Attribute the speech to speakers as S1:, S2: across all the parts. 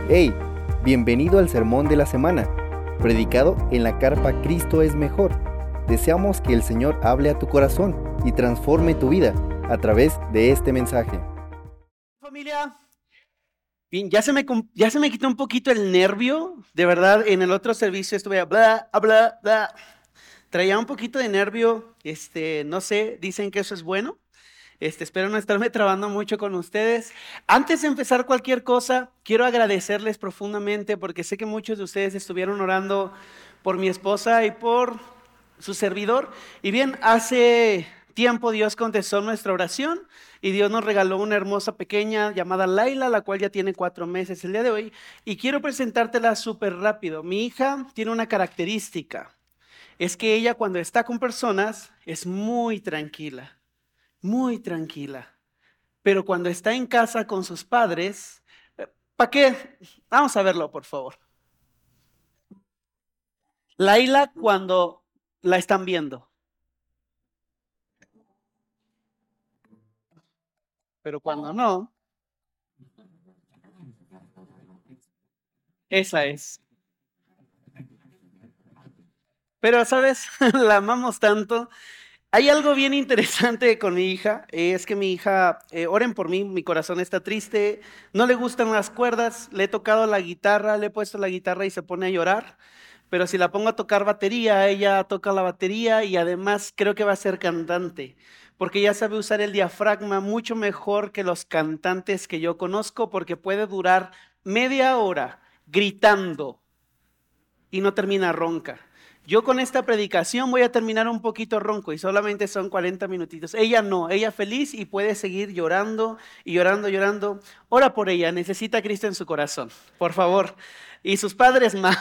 S1: Hey, bienvenido al sermón de la semana, predicado en la carpa Cristo es mejor. Deseamos que el Señor hable a tu corazón y transforme tu vida a través de este mensaje.
S2: Familia, bien, ya se me quitó un poquito el nervio, de verdad. En el otro servicio estuve bla, traía un poquito de nervio, no sé, dicen que eso es bueno. Espero no estarme trabando mucho con ustedes. Antes de empezar cualquier cosa, quiero agradecerles profundamente porque sé que muchos de ustedes estuvieron orando por mi esposa y por su servidor. Y bien, hace tiempo Dios contestó nuestra oración y Dios nos regaló una hermosa pequeña llamada Laila, la cual ya tiene 4 meses el día de hoy. Y quiero presentártela súper rápido. Mi hija tiene una característica, es que ella cuando está con personas es muy tranquila. Pero cuando está en casa con sus padres, ¿para qué? Vamos a verlo, por favor. Laila cuando la están viendo, pero cuando no, esa es. Pero, ¿sabes? La amamos tanto. Hay algo bien interesante con mi hija, es que mi hija, oren por mí, mi corazón está triste, no le gustan las cuerdas, le he tocado la guitarra, le he puesto la guitarra y se pone a llorar, pero si la pongo a tocar batería, ella toca la batería y además creo que va a ser cantante, porque ella sabe usar el diafragma mucho mejor que los cantantes que yo conozco, porque puede durar media hora gritando y no termina ronca. Yo con esta predicación voy a terminar un poquito ronco y solamente son 40 minutitos. Ella no, ella feliz y puede seguir llorando y llorando, llorando. Ora por ella, necesita a Cristo en su corazón, por favor. Y sus padres más.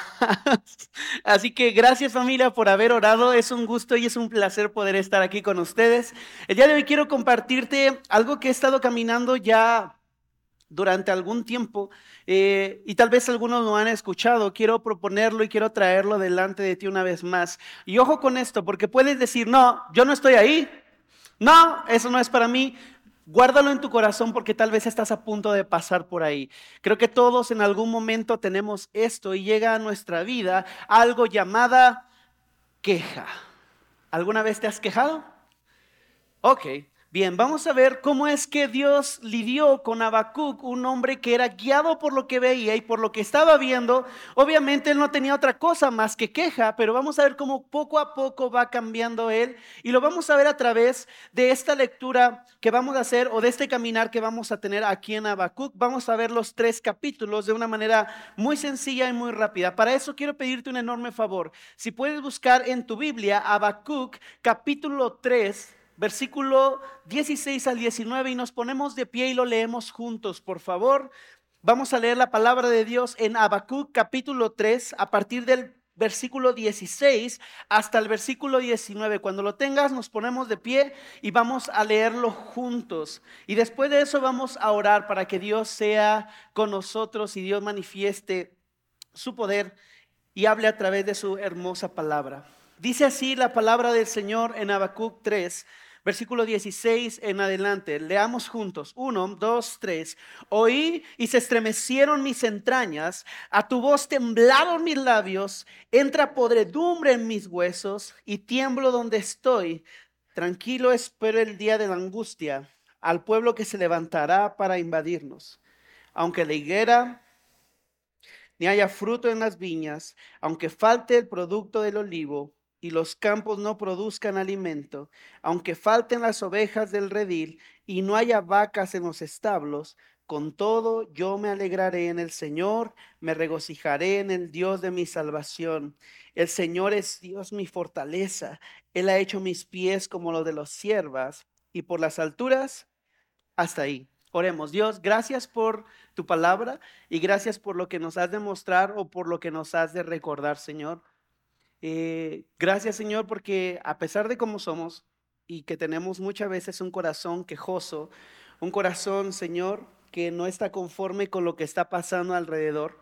S2: Así que gracias familia por haber orado. Es un gusto y es un placer poder estar aquí con ustedes. El día de hoy quiero compartirte algo que he estado caminando ya durante algún tiempo y tal vez algunos lo han escuchado. Quiero proponerlo y quiero traerlo delante de ti una vez más. Y ojo con esto, porque puedes decir, no, yo no estoy ahí, no, eso no es para mí. Guárdalo en tu corazón porque tal vez estás a punto de pasar por ahí. Creo que todos en algún momento tenemos esto y llega a nuestra vida algo llamada queja. ¿Alguna vez te has quejado? Ok, bien, vamos a ver cómo es que Dios lidió con Habacuc, un hombre que era guiado por lo que veía y por lo que estaba viendo. Obviamente él no tenía otra cosa más que queja, pero vamos a ver cómo poco a poco va cambiando él y lo vamos a ver a través de esta lectura que vamos a hacer o de este caminar que vamos a tener aquí en Habacuc. Vamos a ver los 3 capítulos de una manera muy sencilla y muy rápida. Para eso quiero pedirte un enorme favor. Si puedes buscar en tu Biblia Habacuc capítulo 3, versículo 16 al 19 y nos ponemos de pie y lo leemos juntos, por favor. Vamos a leer la palabra de Dios en Habacuc capítulo 3 a partir del versículo 16 hasta el versículo 19. Cuando lo tengas nos ponemos de pie y vamos a leerlo juntos. Y después de eso vamos a orar para que Dios sea con nosotros y Dios manifieste su poder y hable a través de su hermosa palabra. Dice así la palabra del Señor en Habacuc 3, versículo 16 en adelante. Leamos juntos. 1, 2, 3. Oí y se estremecieron mis entrañas, a tu voz temblaron mis labios, entra podredumbre en mis huesos y tiemblo donde estoy. Tranquilo espero el día de la angustia, al pueblo que se levantará para invadirnos. Aunque la higuera ni haya fruto en las viñas, aunque falte el producto del olivo y los campos no produzcan alimento, aunque falten las ovejas del redil y no haya vacas en los establos, con todo yo me alegraré en el Señor, me regocijaré en el Dios de mi salvación. El Señor es Dios mi fortaleza, Él ha hecho mis pies como los de los ciervas y por las alturas hasta ahí. Oremos. Dios, gracias por tu palabra y gracias por lo que nos has de mostrar o por lo que nos has de recordar, Señor. Gracias, Señor, porque a pesar de cómo somos y que tenemos muchas veces un corazón quejoso, un corazón, Señor, que no está conforme con lo que está pasando alrededor.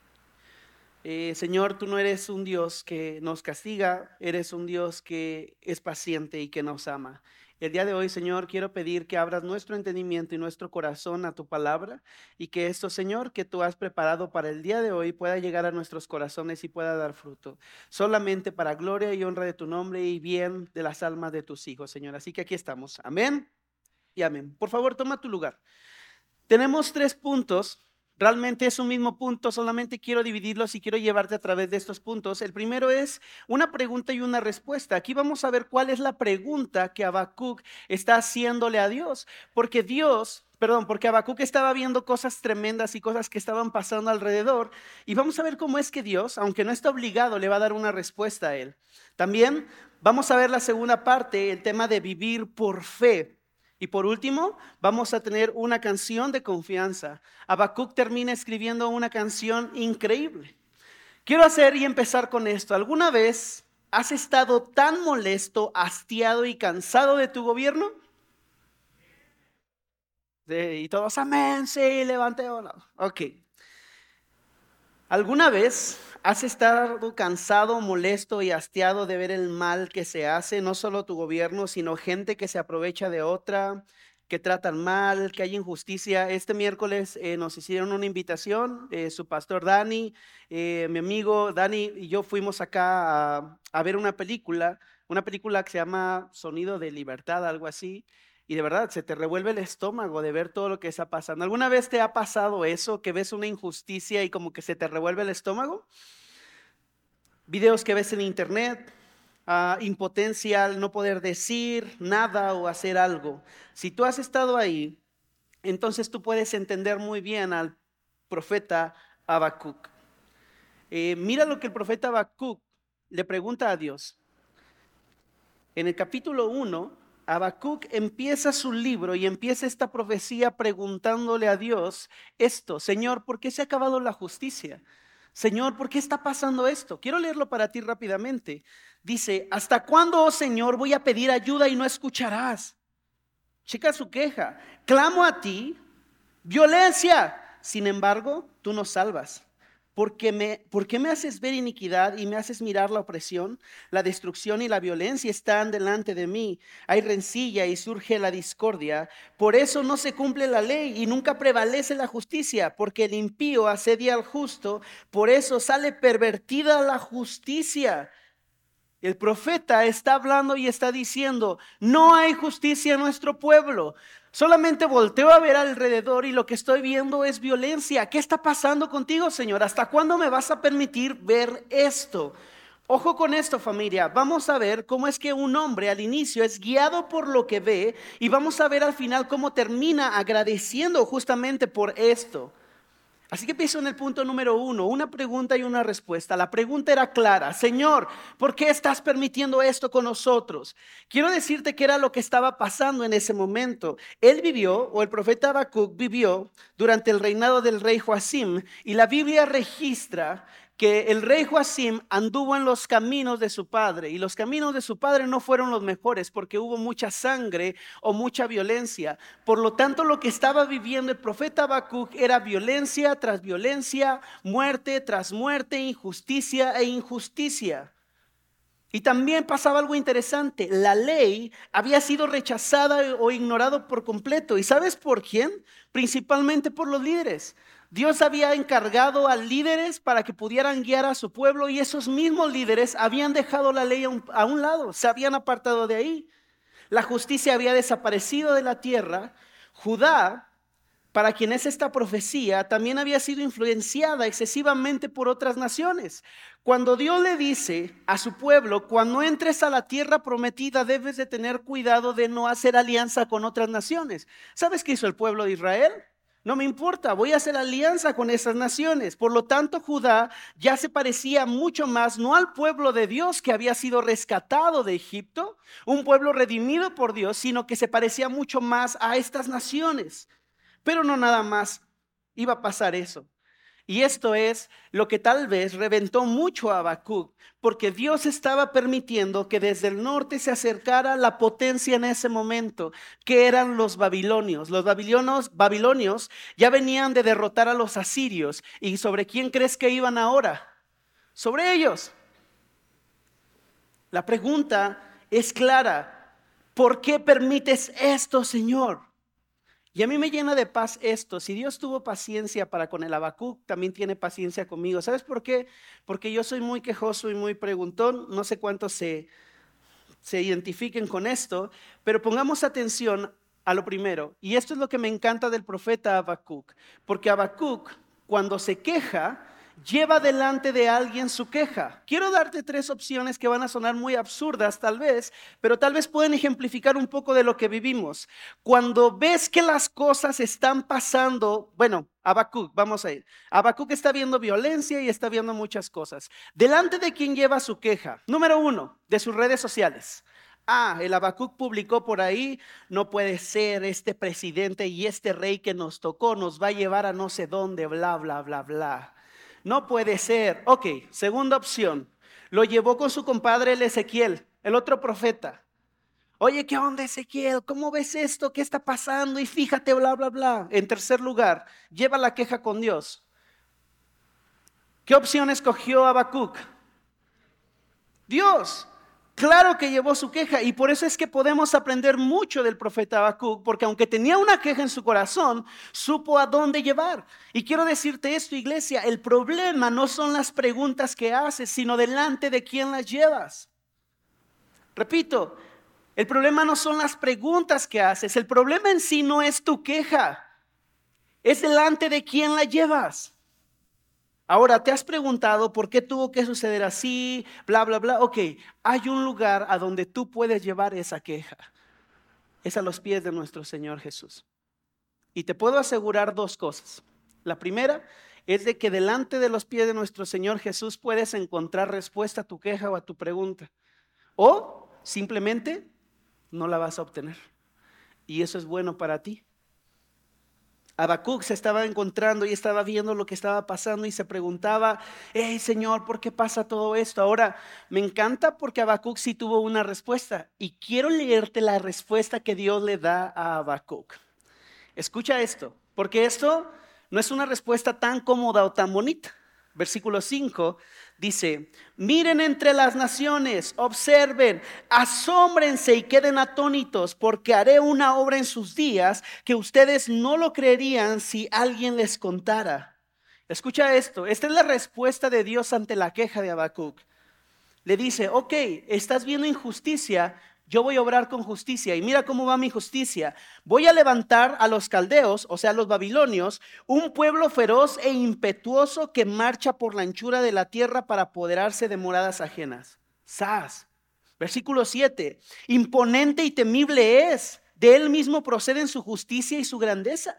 S2: Señor, tú no eres un Dios que nos castiga, eres un Dios que es paciente y que nos ama. El día de hoy, Señor, quiero pedir que abras nuestro entendimiento y nuestro corazón a tu palabra y que esto, Señor, que tú has preparado para el día de hoy pueda llegar a nuestros corazones y pueda dar fruto, solamente para gloria y honra de tu nombre y bien de las almas de tus hijos, Señor. Así que aquí estamos. Amén y amén. Por favor, toma tu lugar. Tenemos 3 puntos. Realmente es un mismo punto, solamente quiero dividirlos y quiero llevarte a través de estos puntos. El primero es una pregunta y una respuesta. Aquí vamos a ver cuál es la pregunta que Habacuc está haciéndole a Dios. Porque Habacuc estaba viendo cosas tremendas y cosas que estaban pasando alrededor. Y vamos a ver cómo es que Dios, aunque no está obligado, le va a dar una respuesta a él. También vamos a ver la segunda parte, el tema de vivir por fe. Y por último, vamos a tener una canción de confianza. Habacuc termina escribiendo una canción increíble. Quiero hacer y empezar con esto. ¿Alguna vez has estado tan molesto, hastiado y cansado de tu gobierno? Y todos, amén, sí, levante o no. Ok. ¿Alguna vez has estado cansado, molesto y hastiado de ver el mal que se hace, no solo tu gobierno, sino gente que se aprovecha de otra, que tratan mal, que hay injusticia? Este miércoles nos hicieron una invitación, su pastor Dani, mi amigo Dani y yo fuimos acá a ver una película que se llama Sonido de Libertad, algo así. Y de verdad, se te revuelve el estómago de ver todo lo que está pasando. ¿Alguna vez te ha pasado eso, que ves una injusticia y como que se te revuelve el estómago? Videos que ves en internet, impotencia al no poder decir nada o hacer algo. Si tú has estado ahí, entonces tú puedes entender muy bien al profeta Habacuc. Mira lo que el profeta Habacuc le pregunta a Dios. En el capítulo 1, Habacuc empieza su libro y empieza esta profecía preguntándole a Dios esto: Señor, ¿por qué se ha acabado la justicia? Señor, ¿por qué está pasando esto? Quiero leerlo para ti rápidamente. Dice: ¿hasta cuándo, oh Señor, voy a pedir ayuda y no escucharás? Checa su queja. Clamo a ti, violencia. Sin embargo, tú nos salvas. ¿Por qué me haces ver iniquidad y me haces mirar la opresión? La destrucción y la violencia están delante de mí. Hay rencilla y surge la discordia. Por eso no se cumple la ley y nunca prevalece la justicia, porque el impío asedia al justo. Por eso sale pervertida la justicia. El profeta está hablando y está diciendo: no hay justicia en nuestro pueblo. Solamente volteo a ver alrededor y lo que estoy viendo es violencia. ¿Qué está pasando contigo, Señor? ¿Hasta cuándo me vas a permitir ver esto? Ojo con esto, familia. Vamos a ver cómo es que un hombre al inicio es guiado por lo que ve, y vamos a ver al final cómo termina agradeciendo justamente por esto. Así que empiezo en el punto número 1, una pregunta y una respuesta. La pregunta era clara: Señor, ¿por qué estás permitiendo esto con nosotros? Quiero decirte que era lo que estaba pasando en ese momento. Él vivió, o el profeta Habacuc vivió, durante el reinado del rey Joacim, y la Biblia registra que el rey Joacim anduvo en los caminos de su padre, y los caminos de su padre no fueron los mejores porque hubo mucha sangre o mucha violencia. Por lo tanto, lo que estaba viviendo el profeta Habacuc era violencia tras violencia, muerte tras muerte, injusticia e injusticia. Y también pasaba algo interesante: la ley había sido rechazada o ignorada por completo. ¿Y sabes por quién? Principalmente por los líderes. Dios había encargado a líderes para que pudieran guiar a su pueblo, y esos mismos líderes habían dejado la ley a un lado, se habían apartado de ahí. La justicia había desaparecido de la tierra. Judá, para quien es esta profecía, también había sido influenciada excesivamente por otras naciones. Cuando Dios le dice a su pueblo: cuando entres a la tierra prometida, debes de tener cuidado de no hacer alianza con otras naciones. ¿Sabes qué hizo el pueblo de Israel? No me importa, voy a hacer alianza con esas naciones. Por lo tanto, Judá ya se parecía mucho más, no al pueblo de Dios que había sido rescatado de Egipto, un pueblo redimido por Dios, sino que se parecía mucho más a estas naciones. Pero no nada más iba a pasar eso. Y esto es lo que tal vez reventó mucho a Habacuc, porque Dios estaba permitiendo que desde el norte se acercara la potencia en ese momento, que eran los babilonios. Los babilonios ya venían de derrotar a los asirios. ¿Y sobre quién crees que iban ahora? Sobre ellos. La pregunta es clara: ¿por qué permites esto, Señor? Y a mí me llena de paz esto. Si Dios tuvo paciencia para con el Habacuc, también tiene paciencia conmigo. ¿Sabes por qué? Porque yo soy muy quejoso y muy preguntón. No sé cuántos se identifiquen con esto, pero pongamos atención a lo primero. Y esto es lo que me encanta del profeta Habacuc. Porque Habacuc, cuando se queja, lleva delante de alguien su queja. Quiero darte 3 opciones que van a sonar muy absurdas tal vez, pero tal vez pueden ejemplificar un poco de lo que vivimos. Cuando ves que las cosas están pasando, bueno, Habacuc, vamos a ir. Habacuc está viendo violencia y está viendo muchas cosas. ¿Delante de quién lleva su queja? Número 1, de sus redes sociales. El Habacuc publicó por ahí, no puede ser, este presidente y este rey que nos tocó nos va a llevar a no sé dónde, bla, bla, bla, bla. No puede ser. Ok, segunda opción. Lo llevó con su compadre el Ezequiel, el otro profeta. Oye, ¿qué onda, Ezequiel? ¿Cómo ves esto? ¿Qué está pasando? Y fíjate, bla, bla, bla. En tercer lugar, lleva la queja con Dios. ¿Qué opción escogió Habacuc? Dios. Claro que llevó su queja y por eso es que podemos aprender mucho del profeta Habacuc, porque aunque tenía una queja en su corazón, supo a dónde llevar. Y quiero decirte esto, iglesia, el problema no son las preguntas que haces, sino delante de quién las llevas. Repito, el problema no son las preguntas que haces, el problema en sí no es tu queja, es delante de quién la llevas. Ahora, ¿te has preguntado por qué tuvo que suceder así? Bla, bla, bla. Ok, hay un lugar a donde tú puedes llevar esa queja. Es a los pies de nuestro Señor Jesús. Y te puedo asegurar 2 cosas. La primera es de que delante de los pies de nuestro Señor Jesús puedes encontrar respuesta a tu queja o a tu pregunta. O simplemente no la vas a obtener. Y eso es bueno para ti. Habacuc se estaba encontrando y estaba viendo lo que estaba pasando y se preguntaba, hey Señor, ¿por qué pasa todo esto? Ahora, me encanta porque Habacuc sí tuvo una respuesta y quiero leerte la respuesta que Dios le da a Habacuc. Escucha esto, porque esto no es una respuesta tan cómoda o tan bonita. Versículo 5 dice, miren entre las naciones, observen, asómbrense y queden atónitos, porque haré una obra en sus días que ustedes no lo creerían si alguien les contara. Escucha esto, esta es la respuesta de Dios ante la queja de Habacuc. Le dice, ok, estás viendo injusticia, yo voy a obrar con justicia y mira cómo va mi justicia. Voy a levantar a los caldeos, o sea, a los babilonios, un pueblo feroz e impetuoso que marcha por la anchura de la tierra para apoderarse de moradas ajenas. ¡Sas! Versículo 7. Imponente y temible es, de él mismo proceden su justicia y su grandeza.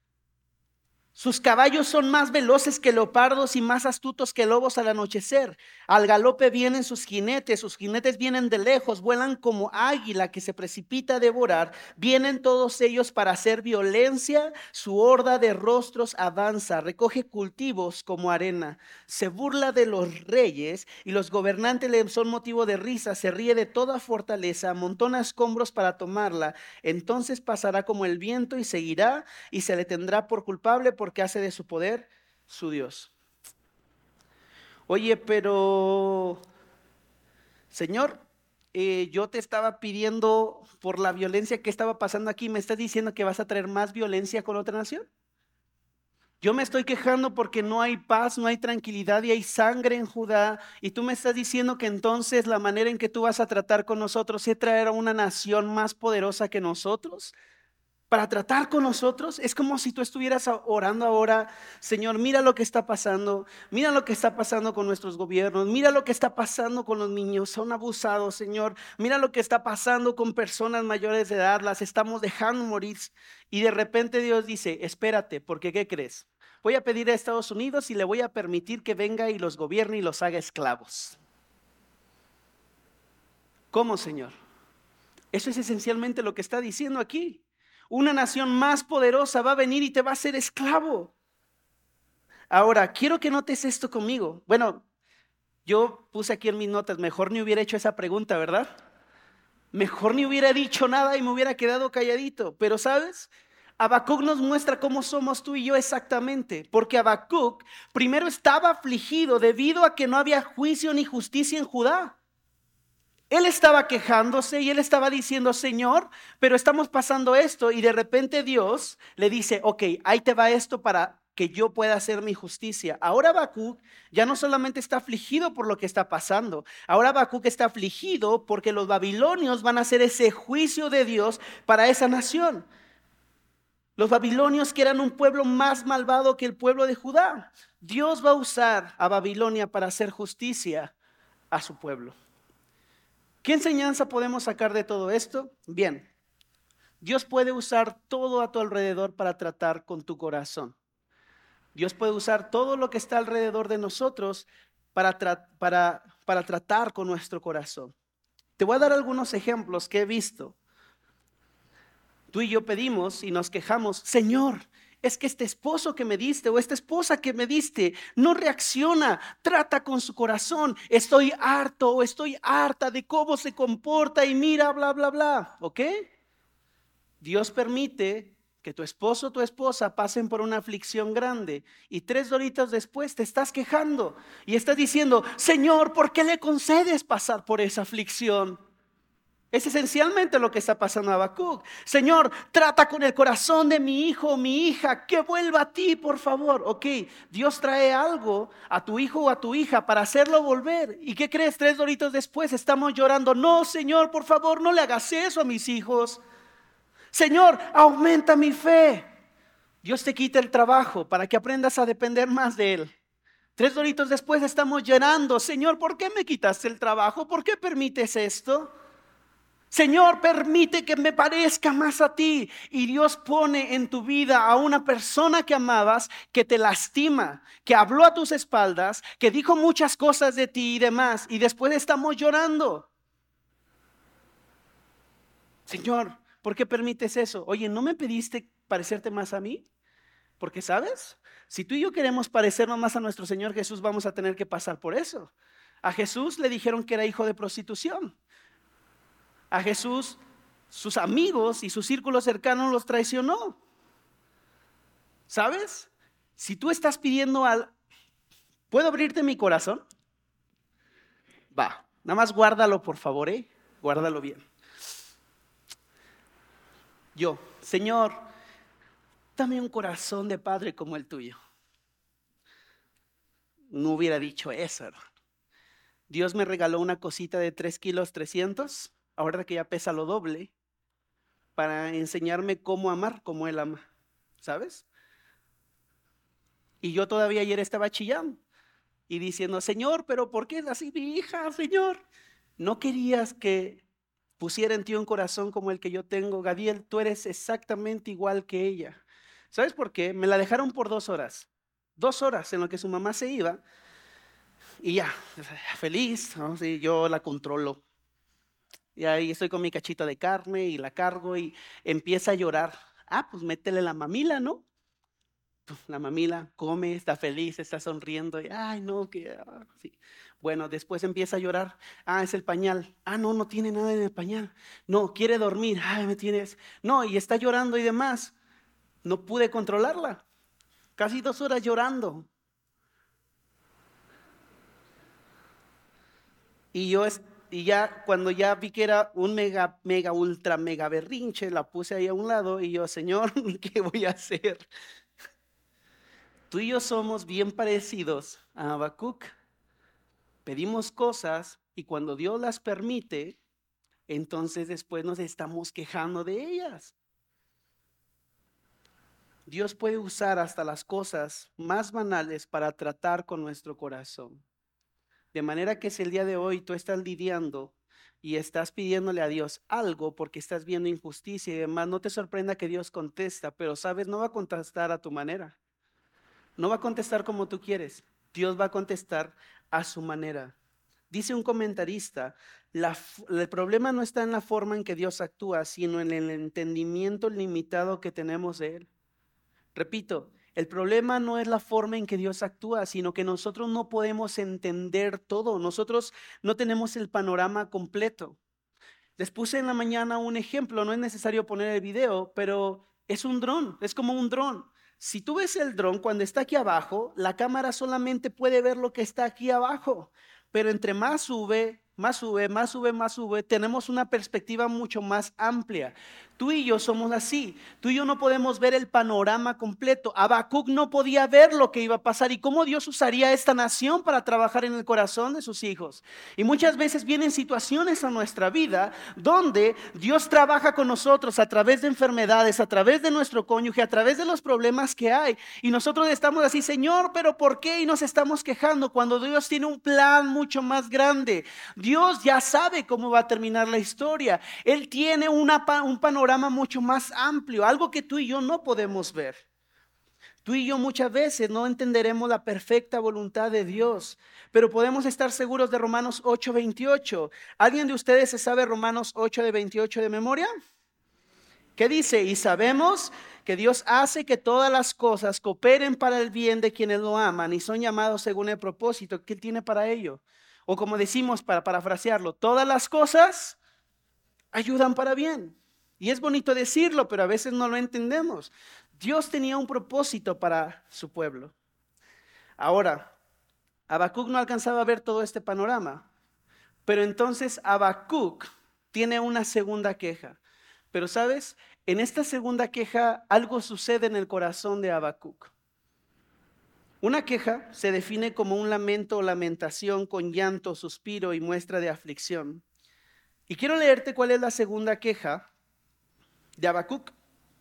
S2: Sus caballos son más veloces que leopardos y más astutos que lobos al anochecer. Al galope vienen sus jinetes vienen de lejos, vuelan como águila que se precipita a devorar. Vienen todos ellos para hacer violencia, su horda de rostros avanza, recoge cultivos como arena. Se burla de los reyes y los gobernantes le son motivo de risa, se ríe de toda fortaleza, amontona escombros para tomarla. Entonces pasará como el viento y seguirá y se le tendrá por culpable porque hace de su poder su Dios. Oye, pero Señor, yo te estaba pidiendo por la violencia que estaba pasando aquí, ¿me estás diciendo que vas a traer más violencia con otra nación? Yo me estoy quejando porque no hay paz, no hay tranquilidad y hay sangre en Judá. Y tú me estás diciendo que entonces la manera en que tú vas a tratar con nosotros es traer a una nación más poderosa que nosotros. Para tratar con nosotros, es como si tú estuvieras orando ahora, Señor, mira lo que está pasando con nuestros gobiernos, mira lo que está pasando con los niños, son abusados, Señor, mira lo que está pasando con personas mayores de edad, las estamos dejando morir. Y de repente Dios dice, espérate, porque ¿qué crees? Voy a pedir a Estados Unidos y le voy a permitir que venga y los gobierne y los haga esclavos. ¿Cómo, Señor? Eso es esencialmente lo que está diciendo aquí. Una nación más poderosa va a venir y te va a hacer esclavo. Ahora, quiero que notes esto conmigo. Bueno, yo puse aquí en mis notas, mejor ni hubiera hecho esa pregunta, ¿verdad? Mejor ni hubiera dicho nada y me hubiera quedado calladito. Pero ¿sabes? Habacuc nos muestra cómo somos tú y yo exactamente. Porque Habacuc primero estaba afligido debido a que no había juicio ni justicia en Judá. Él estaba quejándose y él estaba diciendo, Señor, pero estamos pasando esto. Y de repente Dios le dice, ok, ahí te va esto para que yo pueda hacer mi justicia. Ahora Habacuc ya no solamente está afligido por lo que está pasando. Ahora Habacuc está afligido porque los babilonios van a hacer ese juicio de Dios para esa nación. Los babilonios, que eran un pueblo más malvado que el pueblo de Judá. Dios va a usar a Babilonia para hacer justicia a su pueblo. ¿Qué enseñanza podemos sacar de todo esto? Bien, Dios puede usar todo a tu alrededor para tratar con tu corazón. Dios puede usar todo lo que está alrededor de nosotros para tratar con nuestro corazón. Te voy a dar algunos ejemplos que he visto. Tú y yo pedimos y nos quejamos, Señor, es que este esposo que me diste o esta esposa que me diste no reacciona, trata con su corazón. Estoy harto o estoy harta de cómo se comporta y mira, bla, bla, bla. ¿Ok? Dios permite que tu esposo o tu esposa pasen por una aflicción grande y 3 horitas después te estás quejando y estás diciendo, Señor, ¿por qué le concedes pasar por esa aflicción? Es esencialmente lo que está pasando a Habacuc. Señor, trata con el corazón de mi hijo o mi hija, que vuelva a ti, por favor. Ok, Dios trae algo a tu hijo o a tu hija para hacerlo volver. ¿Y qué crees? 3 horitas después estamos llorando. No, Señor, por favor, no le hagas eso a mis hijos. Señor, aumenta mi fe. Dios te quita el trabajo para que aprendas a depender más de Él. 3 horitas después estamos llorando. Señor, ¿por qué me quitaste el trabajo? ¿Por qué permites esto? Señor, permite que me parezca más a ti. Y Dios pone en tu vida a una persona que amabas, que te lastima, que habló a tus espaldas, que dijo muchas cosas de ti y demás. Y después estamos llorando. Señor, ¿por qué permites eso? Oye, ¿no me pediste parecerte más a mí? Porque, ¿sabes? Si tú y yo queremos parecernos más a nuestro Señor Jesús, vamos a tener que pasar por eso. A Jesús le dijeron que era hijo de prostitución. A Jesús, sus amigos y su círculo cercano los traicionó. ¿Sabes? Si tú estás pidiendo ¿puedo abrirte mi corazón? Va, nada más guárdalo por favor, guárdalo bien. Yo, Señor, dame un corazón de padre como el tuyo. No hubiera dicho eso, hermano. Dios me regaló una cosita de 3 kilos 300. Ahora que ya pesa lo doble, para enseñarme cómo amar como Él ama, ¿sabes? Y yo todavía ayer estaba chillando y diciendo, Señor, pero ¿por qué es así mi hija, Señor? ¿No querías que pusiera en ti un corazón como el que yo tengo? Gadiel, tú eres exactamente igual que ella. ¿Sabes por qué? Me la dejaron por 2 horas. 2 horas en lo que su mamá se iba y ya, feliz, ¿no? Sí, yo la controlo. Y ahí estoy con mi cachito de carne y la cargo y empieza a llorar. Pues métele la mamila, ¿no? La mamila come, está feliz, está sonriendo. Y, ay, no, sí. Bueno, después empieza a llorar. Es el pañal. No, no tiene nada en el pañal. No, quiere dormir. Ay, me tienes. No, y está llorando y demás. No pude controlarla. Casi 2 horas llorando. Y ya cuando ya vi que era un mega, ultra, mega berrinche, la puse ahí a un lado y yo, Señor, ¿qué voy a hacer? Tú y yo somos bien parecidos a Habacuc. Pedimos cosas y cuando Dios las permite, entonces después nos estamos quejando de ellas. Dios puede usar hasta las cosas más banales para tratar con nuestro corazón. De manera que si el día de hoy tú estás lidiando y estás pidiéndole a Dios algo porque estás viendo injusticia y demás, no te sorprenda que Dios contesta, pero sabes, no va a contestar a tu manera. No va a contestar como tú quieres. Dios va a contestar a su manera. Dice un comentarista, el problema no está en la forma en que Dios actúa, sino en el entendimiento limitado que tenemos de Él. Repito, el problema no es la forma en que Dios actúa, sino que nosotros no podemos entender todo. Nosotros no tenemos el panorama completo. Les puse en la mañana un ejemplo, no es necesario poner el video, pero es un dron, es como un dron. Si tú ves el dron cuando está aquí abajo, la cámara solamente puede ver lo que está aquí abajo, pero entre más sube, más sube, más sube, más sube, tenemos una perspectiva mucho más amplia. Tú y yo somos así. Tú y yo no podemos ver el panorama completo. Habacuc no podía ver lo que iba a pasar y cómo Dios usaría esta nación para trabajar en el corazón de sus hijos. Y muchas veces vienen situaciones a nuestra vida donde Dios trabaja con nosotros a través de enfermedades, a través de nuestro cónyuge, a través de los problemas que hay. Y nosotros estamos así, Señor, ¿pero por qué? Y nos estamos quejando cuando Dios tiene un plan mucho más grande. Dios ya sabe cómo va a terminar la historia. Él tiene un panorama mucho más amplio, algo que tú y yo no podemos ver. Tú y yo muchas veces no entenderemos la perfecta voluntad de Dios, pero podemos estar seguros de Romanos 8:28. ¿Alguien de ustedes se sabe Romanos 8 de 28 de memoria? ¿Qué dice? Y sabemos que Dios hace que todas las cosas cooperen para el bien de quienes lo aman y son llamados según el propósito que Él tiene para ello. O como decimos para parafrasearlo, todas las cosas ayudan para bien. Y es bonito decirlo, pero a veces no lo entendemos. Dios tenía un propósito para su pueblo. Ahora, Habacuc no alcanzaba a ver todo este panorama, pero entonces Habacuc tiene una segunda queja. Pero ¿sabes? En esta segunda queja algo sucede en el corazón de Habacuc. Una queja se define como un lamento o lamentación con llanto, suspiro y muestra de aflicción. Y quiero leerte cuál es la segunda queja de Habacuc.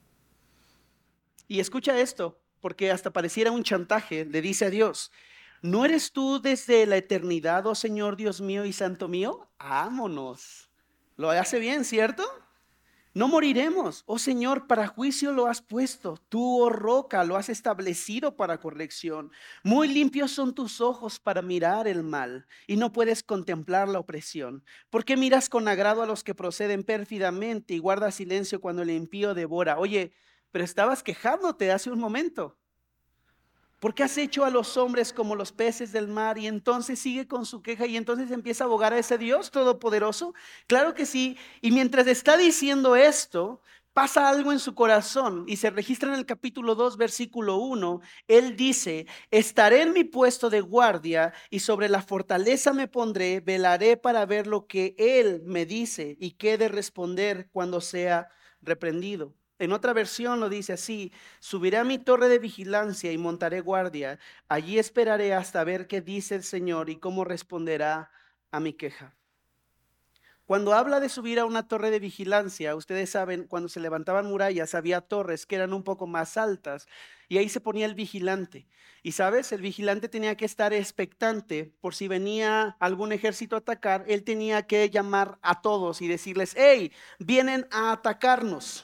S2: Y escucha esto, porque hasta pareciera un chantaje. Le dice a Dios: ¿no eres tú desde la eternidad, oh Señor Dios mío y santo mío? Ámonos. Lo hace bien, ¿cierto? No moriremos, oh Señor, para juicio lo has puesto. Tú, oh roca, lo has establecido para corrección. Muy limpios son tus ojos para mirar el mal y no puedes contemplar la opresión. ¿Por qué miras con agrado a los que proceden pérfidamente y guardas silencio cuando el impío devora? Oye, pero estabas quejándote hace un momento. ¿Por qué has hecho a los hombres como los peces del mar? Y entonces sigue con su queja y entonces empieza a abogar a ese Dios todopoderoso. Claro que sí. Y mientras está diciendo esto, pasa algo en su corazón y se registra en el capítulo 2, versículo 1. Él dice: estaré en mi puesto de guardia y sobre la fortaleza me pondré, velaré para ver lo que Él me dice y qué he de responder cuando sea reprendido. En otra versión lo dice así: subiré a mi torre de vigilancia y montaré guardia. Allí esperaré hasta ver qué dice el Señor y cómo responderá a mi queja. Cuando habla de subir a una torre de vigilancia, ustedes saben, cuando se levantaban murallas había torres que eran un poco más altas y ahí se ponía el vigilante. Y sabes, el vigilante tenía que estar expectante por si venía algún ejército a atacar. Él tenía que llamar a todos y decirles: hey, vienen a atacarnos.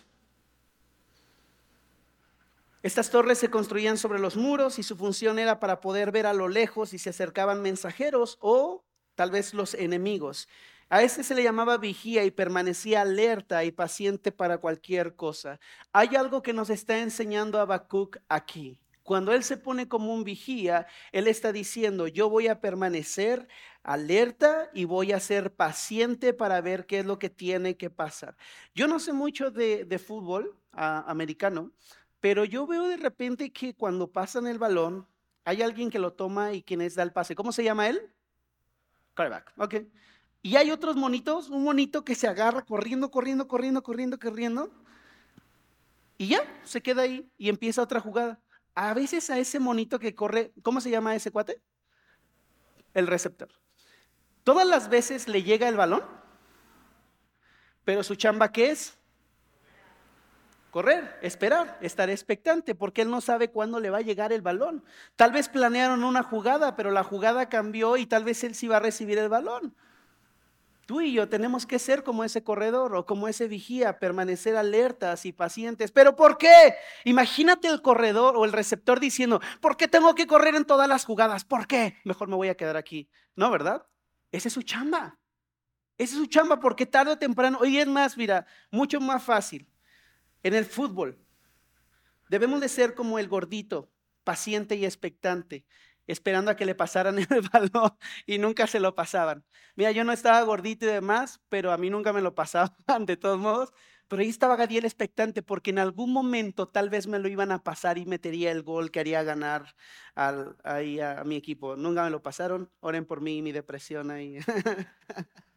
S2: Estas torres se construían sobre los muros y su función era para poder ver a lo lejos si se acercaban mensajeros o tal vez los enemigos. A este se le llamaba vigía y permanecía alerta y paciente para cualquier cosa. Hay algo que nos está enseñando Habacuc aquí. Cuando él se pone como un vigía, él está diciendo: yo voy a permanecer alerta y voy a ser paciente para ver qué es lo que tiene que pasar. Yo no sé mucho de fútbol americano, pero yo veo de repente que cuando pasan el balón, hay alguien que lo toma y quien da el pase. ¿Cómo se llama él? Quarterback, ok. Y hay otros monitos, un monito que se agarra corriendo, corriendo, corriendo, corriendo, corriendo. Y ya, se queda ahí y empieza otra jugada. A veces a ese monito que corre, ¿cómo se llama ese cuate? El receptor. Todas las veces le llega el balón, pero su chamba, ¿qué es? Correr, esperar, estar expectante, porque él no sabe cuándo le va a llegar el balón. Tal vez planearon una jugada, pero la jugada cambió y tal vez él sí va a recibir el balón. Tú y yo tenemos que ser como ese corredor o como ese vigía, permanecer alertas y pacientes. ¿Pero por qué? Imagínate el corredor o el receptor diciendo: ¿por qué tengo que correr en todas las jugadas? ¿Por qué? Mejor me voy a quedar aquí. No, ¿verdad? Esa es su chamba. Esa es su chamba, porque tarde o temprano, y es más, mira, mucho más fácil. En el fútbol, debemos de ser como el gordito, paciente y expectante, esperando a que le pasaran el balón y nunca se lo pasaban. Mira, yo no estaba gordito y demás, pero a mí nunca me lo pasaban de todos modos. Pero ahí estaba Gadiel expectante porque en algún momento tal vez me lo iban a pasar y metería el gol que haría ganar ahí a mi equipo. Nunca me lo pasaron, oren por mí y mi depresión ahí.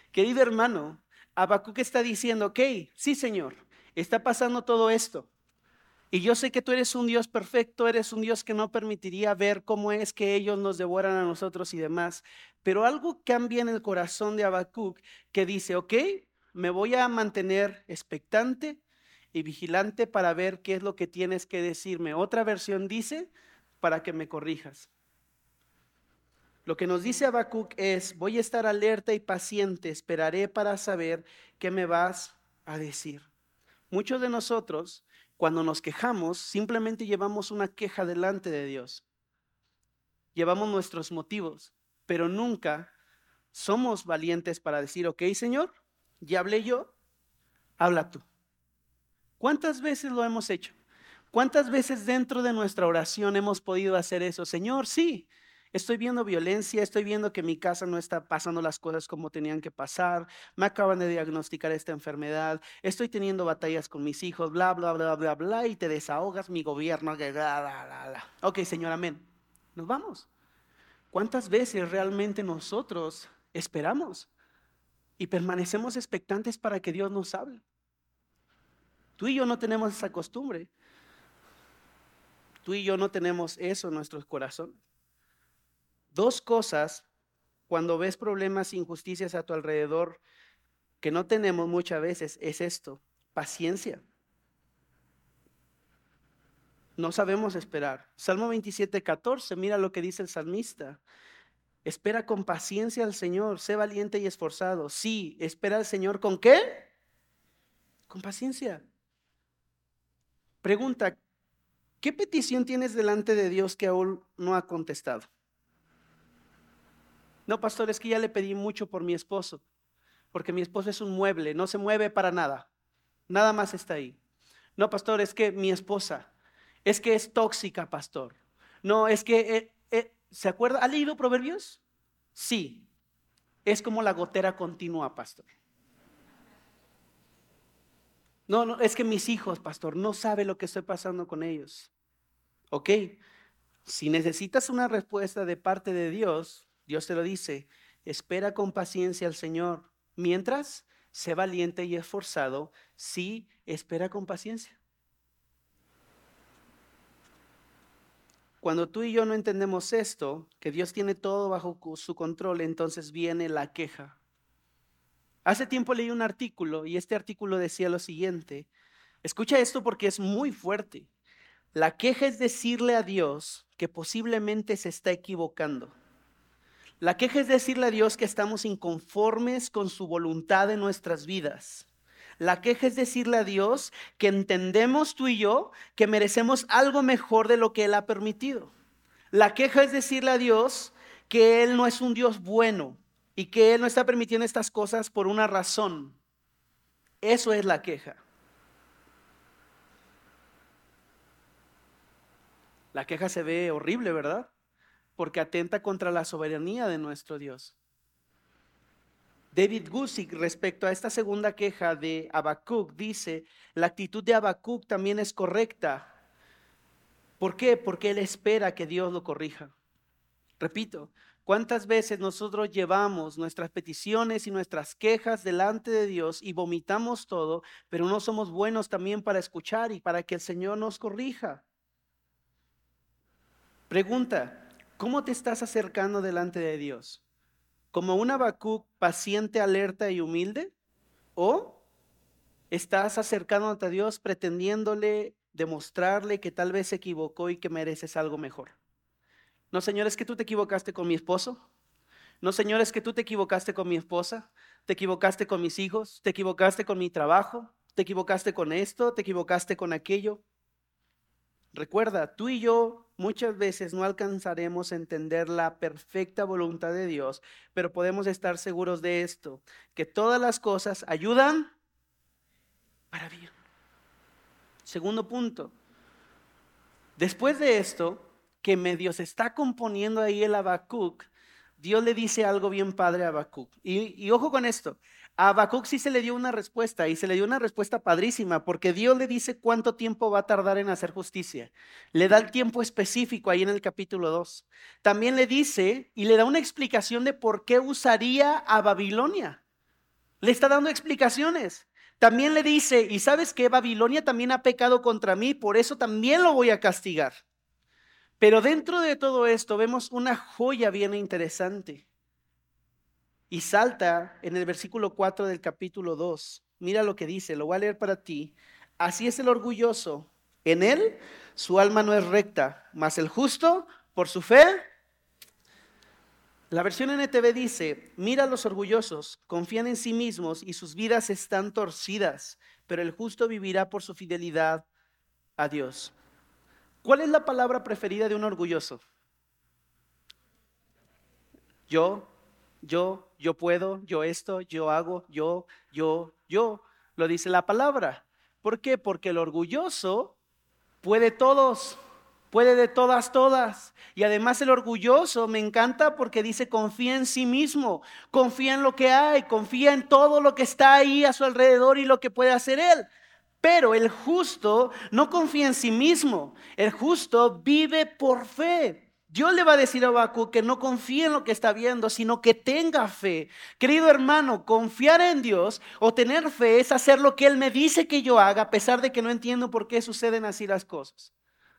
S2: Querido hermano, Habacuc está diciendo, ok, sí Señor, está pasando todo esto. Y yo sé que tú eres un Dios perfecto, eres un Dios que no permitiría ver cómo es que ellos nos devoran a nosotros y demás. Pero algo cambia en el corazón de Habacuc que dice, ok, me voy a mantener expectante y vigilante para ver qué es lo que tienes que decirme. Otra versión dice, para que me corrijas. Lo que nos dice Habacuc es, voy a estar alerta y paciente, esperaré para saber qué me vas a decir. Muchos de nosotros, cuando nos quejamos, simplemente llevamos una queja delante de Dios. Llevamos nuestros motivos, pero nunca somos valientes para decir, ok, Señor, ya hablé yo, habla tú. ¿Cuántas veces lo hemos hecho? ¿Cuántas veces dentro de nuestra oración hemos podido hacer eso? Señor, sí, estoy viendo violencia, estoy viendo que mi casa no está pasando las cosas como tenían que pasar, me acaban de diagnosticar esta enfermedad, estoy teniendo batallas con mis hijos, bla, bla, bla, bla, bla, y te desahogas mi gobierno, bla, bla, bla, bla. Ok, Señor, amén. Nos vamos. ¿Cuántas veces realmente nosotros esperamos y permanecemos expectantes para que Dios nos hable? Tú y yo no tenemos esa costumbre. Tú y yo no tenemos eso en nuestros corazones. Dos cosas, cuando ves problemas, injusticias a tu alrededor, que no tenemos muchas veces, es esto: paciencia. No sabemos esperar. Salmo 27:14, mira lo que dice el salmista. Espera con paciencia al Señor, sé valiente y esforzado. Sí, espera al Señor, ¿con qué? Con paciencia. Pregunta, ¿qué petición tienes delante de Dios que aún no ha contestado? No, pastor, es que ya le pedí mucho por mi esposo, porque mi esposo es un mueble, no se mueve para nada, nada más está ahí. No, pastor, es que mi esposa, es que es tóxica, pastor. No, es que, ¿se acuerda? ¿Ha leído Proverbios? Sí, es como la gotera continua, pastor. No, no, es que mis hijos, pastor, no sabe lo que estoy pasando con ellos. Ok, si necesitas una respuesta de parte de Dios, Dios te lo dice, espera con paciencia al Señor. Mientras, sé valiente y esforzado, sí, espera con paciencia. Cuando tú y yo no entendemos esto, que Dios tiene todo bajo su control, entonces viene la queja. Hace tiempo leí un artículo y este artículo decía lo siguiente. Escucha esto porque es muy fuerte. La queja es decirle a Dios que posiblemente se está equivocando. La queja es decirle a Dios que estamos inconformes con su voluntad en nuestras vidas. La queja es decirle a Dios que entendemos tú y yo que merecemos algo mejor de lo que Él ha permitido. La queja es decirle a Dios que Él no es un Dios bueno y que Él no está permitiendo estas cosas por una razón. Eso es la queja. La queja se ve horrible, ¿verdad? Porque atenta contra la soberanía de nuestro Dios. David Guzik, respecto a esta segunda queja de Habacuc, dice, la actitud de Habacuc también es correcta. ¿Por qué? Porque él espera que Dios lo corrija. Repito, ¿cuántas veces nosotros llevamos nuestras peticiones y nuestras quejas delante de Dios y vomitamos todo, pero no somos buenos también para escuchar y para que el Señor nos corrija? Pregunta, ¿cómo te estás acercando delante de Dios? ¿Como un Habacuc paciente, alerta y humilde? ¿O estás acercándote a Dios pretendiéndole demostrarle que tal vez se equivocó y que mereces algo mejor? No, Señor, es que tú te equivocaste con mi esposo. No, Señor, es que tú te equivocaste con mi esposa. Te equivocaste con mis hijos. Te equivocaste con mi trabajo. Te equivocaste con esto. Te equivocaste con aquello. Recuerda, tú y yo muchas veces no alcanzaremos a entender la perfecta voluntad de Dios, pero podemos estar seguros de esto, que todas las cosas ayudan para bien. Segundo punto, después de esto, que medio se está componiendo ahí el Habacuc, Dios le dice algo bien padre a Habacuc. Y ojo con esto, a Habacuc sí se le dio una respuesta y se le dio una respuesta padrísima porque Dios le dice cuánto tiempo va a tardar en hacer justicia. Le da el tiempo específico ahí en el capítulo 2. También le dice y le da una explicación de por qué usaría a Babilonia. Le está dando explicaciones. También le dice, y sabes que Babilonia también ha pecado contra mí, por eso también lo voy a castigar. Pero dentro de todo esto vemos una joya bien interesante. Y salta en el versículo 4 del capítulo 2. Mira lo que dice, lo voy a leer para ti. Así es el orgulloso. En él su alma no es recta, mas el justo por su fe. La versión NTV dice, mira a los orgullosos, confían en sí mismos y sus vidas están torcidas, pero el justo vivirá por su fidelidad a Dios. ¿Cuál es la palabra preferida de un orgulloso? Yo, yo puedo, yo esto, yo hago, yo, lo dice la palabra. ¿Por qué? Porque el orgulloso puede todos, puede de todas. Y además el orgulloso me encanta porque dice confía en sí mismo, confía en lo que hay, confía en todo lo que está ahí a su alrededor y lo que puede hacer él. Pero el justo no confía en sí mismo, el justo vive por fe. Dios le va a decir a Habacuc que no confíe en lo que está viendo, sino que tenga fe. Querido hermano, confiar en Dios o tener fe es hacer lo que Él me dice que yo haga, a pesar de que no entiendo por qué suceden así las cosas.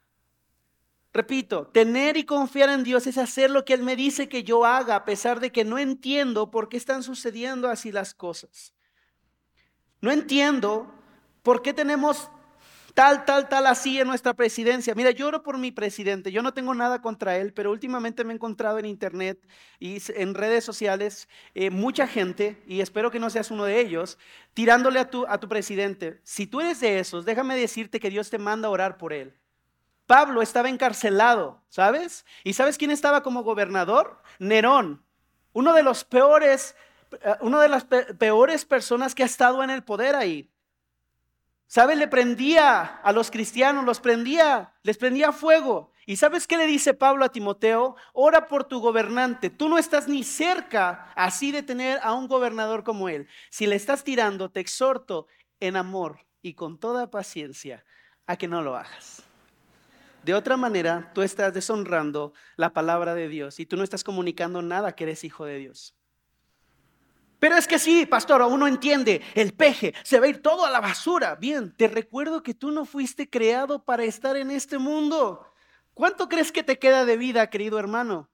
S2: Repito, tener y confiar en Dios es hacer lo que Él me dice que yo haga, a pesar de que no entiendo por qué están sucediendo así las cosas. No entiendo por qué tenemos tal así en nuestra presidencia. Mira, yo oro por mi presidente, yo no tengo nada contra él, pero últimamente me he encontrado en internet y en redes sociales mucha gente, y espero que no seas uno de ellos, tirándole a tu presidente. Si tú eres de esos, déjame decirte que Dios te manda a orar por él. Pablo estaba encarcelado, ¿sabes? ¿Y sabes quién estaba como gobernador? Nerón, uno de los peores, una de las peores personas que ha estado en el poder ahí. ¿Sabes? Le prendía a los cristianos, les prendía fuego. ¿Y sabes qué le dice Pablo a Timoteo? Ora por tu gobernante. Tú no estás ni cerca así de tener a un gobernador como él. Si le estás tirando, te exhorto en amor y con toda paciencia a que no lo hagas. De otra manera, tú estás deshonrando la palabra de Dios y tú no estás comunicando nada que eres hijo de Dios. Pero es que sí, pastor, uno entiende, el peje se va a ir todo a la basura. Bien, te recuerdo que tú no fuiste creado para estar en este mundo. ¿Cuánto crees que te queda de vida, querido hermano?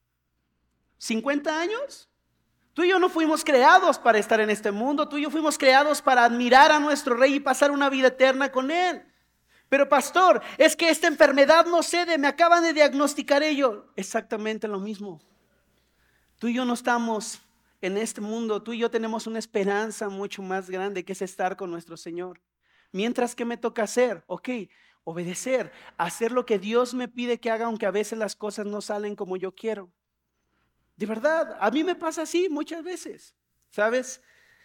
S2: ¿50 años? Tú y yo no fuimos creados para estar en este mundo, tú y yo fuimos creados para admirar a nuestro Rey y pasar una vida eterna con Él. Pero pastor, es que esta enfermedad no cede, me acaban de diagnosticar ello. Exactamente lo mismo. Tú y yo no estamos en este mundo, tú y yo tenemos una esperanza mucho más grande que es estar con nuestro Señor. Mientras, ¿qué me toca hacer? Ok, obedecer, hacer lo que Dios me pide que haga, aunque a veces las cosas no salen como yo quiero. De verdad, a mí me pasa así muchas veces, ¿sabes?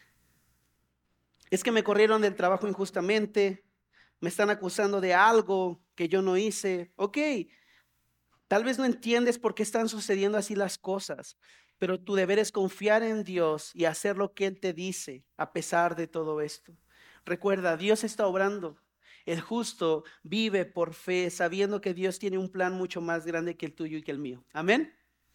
S2: Es que me corrieron del trabajo injustamente, me están acusando de algo que yo no hice. Ok, tal vez no entiendes por qué están sucediendo así las cosas, pero tu deber es confiar en Dios y hacer lo que Él te dice a pesar de todo esto. Recuerda, Dios está obrando. El justo vive por fe, sabiendo que Dios tiene un plan mucho más grande que el tuyo y que el mío. Amén.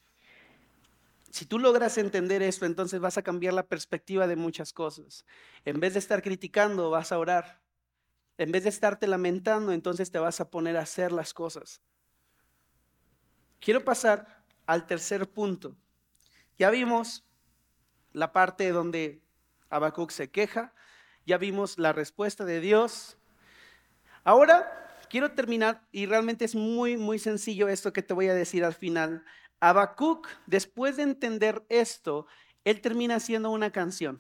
S2: Si tú logras entender esto, entonces vas a cambiar la perspectiva de muchas cosas. En vez de estar criticando, vas a orar. En vez de estarte lamentando, entonces te vas a poner a hacer las cosas. Quiero pasar al tercer punto. Ya vimos la parte donde Habacuc se queja, ya vimos la respuesta de Dios. Ahora quiero terminar, y realmente es muy sencillo esto que te voy a decir al final. Habacuc, después de entender esto, él termina haciendo una canción.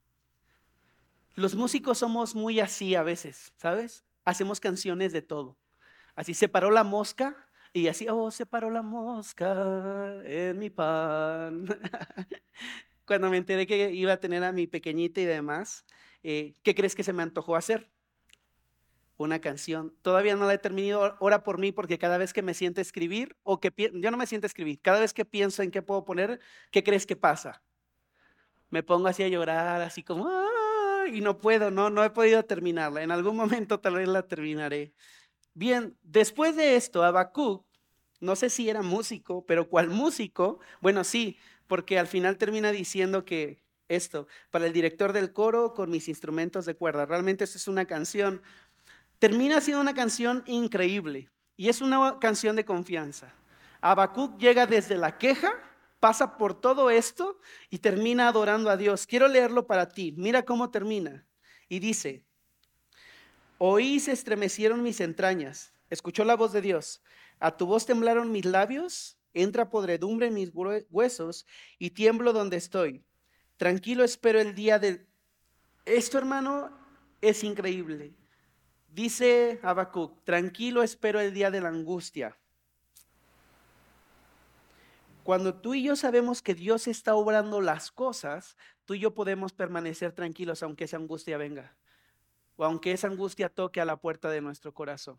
S2: Los músicos somos muy así a veces, ¿sabes? Hacemos canciones de todo. Así se paró la mosca y así, oh, se paró la mosca en mi pan. Cuando me enteré que iba a tener a mi pequeñita y demás, ¿qué crees que se me antojó hacer? Una canción. Todavía no la he terminado, ora por mí, porque cada vez que me siento a escribir, yo no me siento a escribir, cada vez que pienso en qué puedo poner, ¿qué crees que pasa? Me pongo así a llorar, así como, ¡ah! Y no puedo, no he podido terminarla. En algún momento tal vez la terminaré. Bien, después de esto, Habacuc, no sé si era músico, pero ¿cuál músico? Bueno, sí, porque al final termina diciendo que esto, para el director del coro con mis instrumentos de cuerda. Realmente esta es una canción, termina siendo una canción increíble y es una canción de confianza. Habacuc llega desde la queja, pasa por todo esto y termina adorando a Dios. Quiero leerlo para ti. Mira cómo termina. Y dice: oí, se estremecieron mis entrañas, escuchó la voz de Dios. A tu voz temblaron mis labios, entra podredumbre en mis huesos y tiemblo donde estoy. Tranquilo espero el día del... Esto, hermano, es increíble. Dice Habacuc: tranquilo espero el día de la angustia. Cuando tú y yo sabemos que Dios está obrando las cosas, tú y yo podemos permanecer tranquilos aunque esa angustia venga, o aunque esa angustia toque a la puerta de nuestro corazón.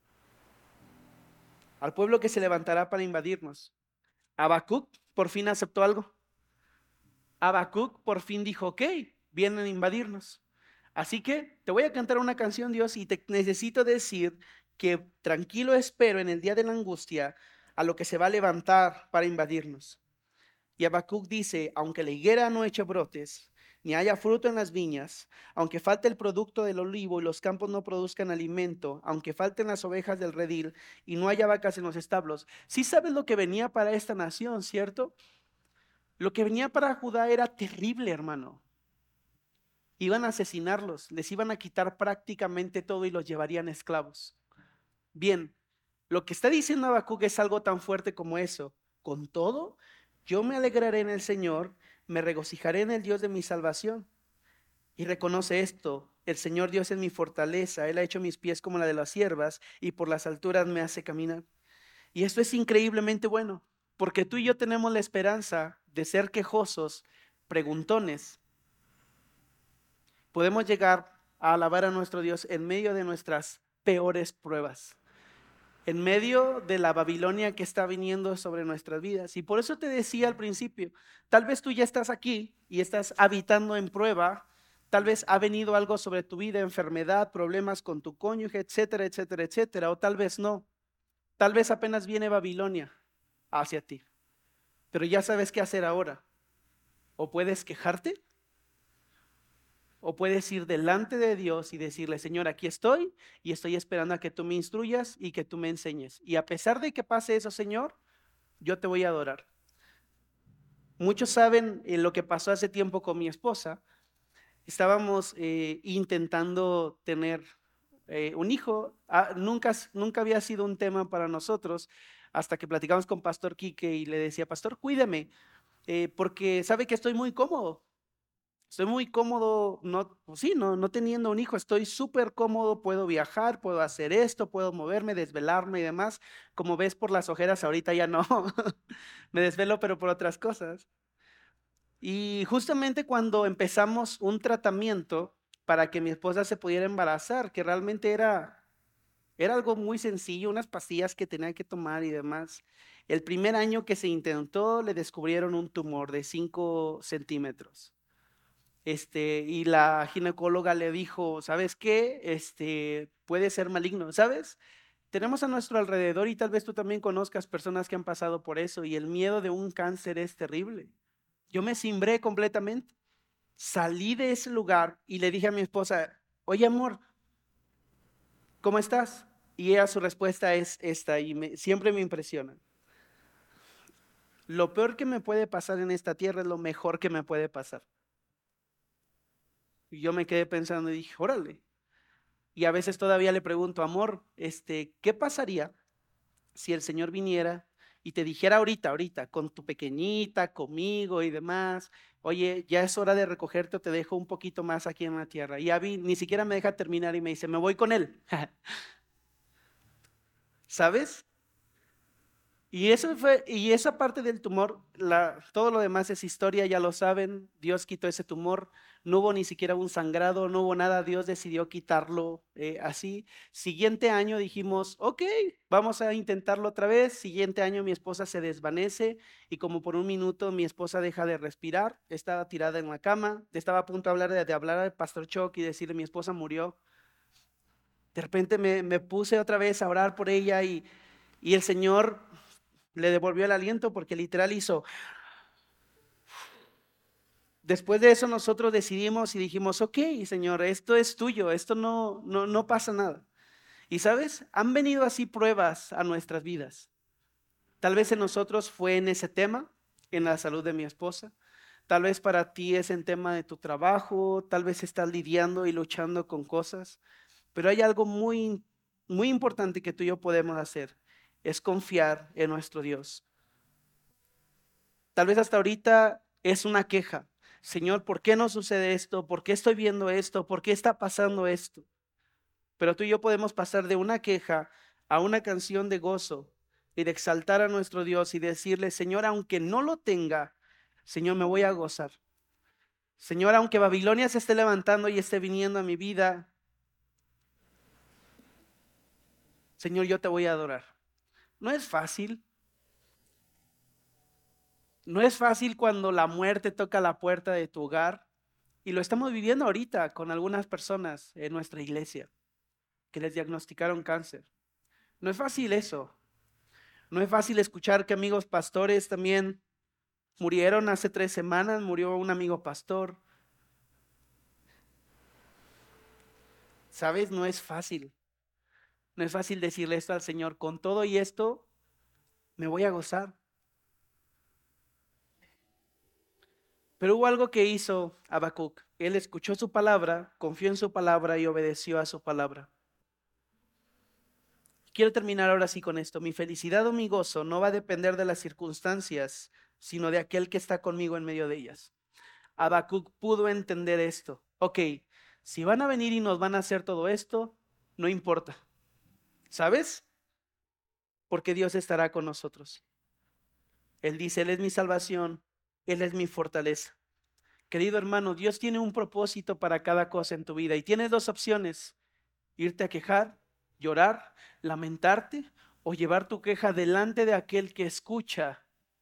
S2: Al pueblo que se levantará para invadirnos. Habacuc por fin aceptó algo. Habacuc por fin dijo: ok, vienen a invadirnos. Así que te voy a cantar una canción, Dios, y te necesito decir que tranquilo espero en el día de la angustia a lo que se va a levantar para invadirnos. Y Habacuc dice: aunque la higuera no eche brotes, ni haya fruto en las viñas, aunque falte el producto del olivo y los campos no produzcan alimento, aunque falten las ovejas del redil y no haya vacas en los establos. Sí sabes lo que venía para esta nación, ¿cierto? Lo que venía para Judá era terrible, hermano. Iban a asesinarlos, les iban a quitar prácticamente todo y los llevarían esclavos. Bien, lo que está diciendo Habacuc es algo tan fuerte como eso. Con todo, yo me alegraré en el Señor, me regocijaré en el Dios de mi salvación. Y reconoce esto: el Señor Dios es mi fortaleza, Él ha hecho mis pies como la de las ciervas y por las alturas me hace caminar. Y esto es increíblemente bueno, porque tú y yo tenemos la esperanza de ser quejosos, preguntones. Podemos llegar a alabar a nuestro Dios en medio de nuestras peores pruebas, en medio de la Babilonia que está viniendo sobre nuestras vidas. Y por eso te decía al principio, tal vez tú ya estás aquí y estás habitando en prueba, tal vez ha venido algo sobre tu vida, enfermedad, problemas con tu cónyuge, etcétera, etcétera, etcétera, o tal vez no. Tal vez apenas viene Babilonia hacia ti, pero ya sabes qué hacer ahora. O puedes quejarte, o puedes ir delante de Dios y decirle: Señor, aquí estoy y estoy esperando a que tú me instruyas y que tú me enseñes. Y a pesar de que pase eso, Señor, yo te voy a adorar. Muchos saben lo que pasó hace tiempo con mi esposa. Estábamos intentando tener un hijo. Nunca había sido un tema para nosotros hasta que platicamos con Pastor Quique y le decía: Pastor, cuídeme, porque sabe que estoy muy cómodo. Estoy muy cómodo, no, pues sí, no teniendo un hijo, estoy súper cómodo, puedo viajar, puedo hacer esto, puedo moverme, desvelarme y demás. Como ves por las ojeras, ahorita ya no, me desvelo, pero por otras cosas. Y justamente cuando empezamos un tratamiento para que mi esposa se pudiera embarazar, que realmente era algo muy sencillo, unas pastillas que tenía que tomar y demás. El primer año que se intentó, le descubrieron un tumor de 5 centímetros. Y la ginecóloga le dijo: ¿sabes qué? Puede ser maligno, ¿sabes? Tenemos a nuestro alrededor, y tal vez tú también conozcas personas que han pasado por eso, y el miedo de un cáncer es terrible. Yo me cimbré completamente. Salí de ese lugar y le dije a mi esposa: oye, amor, ¿cómo estás? Y ella, su respuesta es esta, y siempre me impresiona: lo peor que me puede pasar en esta tierra es lo mejor que me puede pasar. Y yo me quedé pensando y dije: órale. Y a veces todavía le pregunto: amor, ¿qué pasaría si el Señor viniera y te dijera ahorita, con tu pequeñita, conmigo y demás: oye, ya es hora de recogerte, o te dejo un poquito más aquí en la tierra? Y Abby ni siquiera me deja terminar y me dice: me voy con él. ¿Sabes? Y esa parte del tumor, todo lo demás es historia, ya lo saben. Dios quitó ese tumor, no hubo ni siquiera un sangrado, no hubo nada. Dios decidió quitarlo así. Siguiente año dijimos: ok, vamos a intentarlo otra vez. Siguiente año mi esposa se desvanece y como por un minuto mi esposa deja de respirar. Estaba tirada en la cama, estaba a punto de hablar al Pastor Chuck y decirle: mi esposa murió. De repente me puse otra vez a orar por ella y el Señor le devolvió el aliento, porque literal hizo. Después de eso nosotros decidimos y dijimos, ok, Señor, esto es tuyo, esto no pasa nada. Y sabes, han venido así pruebas a nuestras vidas. Tal vez en nosotros fue en ese tema, en la salud de mi esposa. Tal vez para ti es en tema de tu trabajo, tal vez estás lidiando y luchando con cosas. Pero hay algo muy importante que tú y yo podemos hacer, es confiar en nuestro Dios. Tal vez hasta ahorita es una queja. Señor, ¿por qué no sucede esto? ¿Por qué estoy viendo esto? ¿Por qué está pasando esto? Pero tú y yo podemos pasar de una queja a una canción de gozo y de exaltar a nuestro Dios y decirle, Señor, aunque no lo tenga, Señor, me voy a gozar. Señor, aunque Babilonia se esté levantando y esté viniendo a mi vida, Señor, yo te voy a adorar. No es fácil. No es fácil cuando la muerte toca la puerta de tu hogar y lo estamos viviendo ahorita con algunas personas en nuestra iglesia que les diagnosticaron cáncer. No es fácil eso. No es fácil escuchar que amigos pastores también murieron hace 3 semanas, murió un amigo pastor. ¿Sabes? No es fácil. No es fácil decirle esto al Señor. Con todo y esto, me voy a gozar. Pero hubo algo que hizo Habacuc. Él escuchó su palabra, confió en su palabra y obedeció a su palabra. Quiero terminar ahora sí con esto. Mi felicidad o mi gozo no va a depender de las circunstancias, sino de aquel que está conmigo en medio de ellas. Habacuc pudo entender esto. Ok, si van a venir y nos van a hacer todo esto, no importa. ¿Sabes? Porque Dios estará con nosotros. Él dice, Él es mi salvación, Él es mi fortaleza. Querido hermano, Dios tiene un propósito para cada cosa en tu vida y tienes dos opciones: irte a quejar, llorar, lamentarte o llevar tu queja delante de aquel que escucha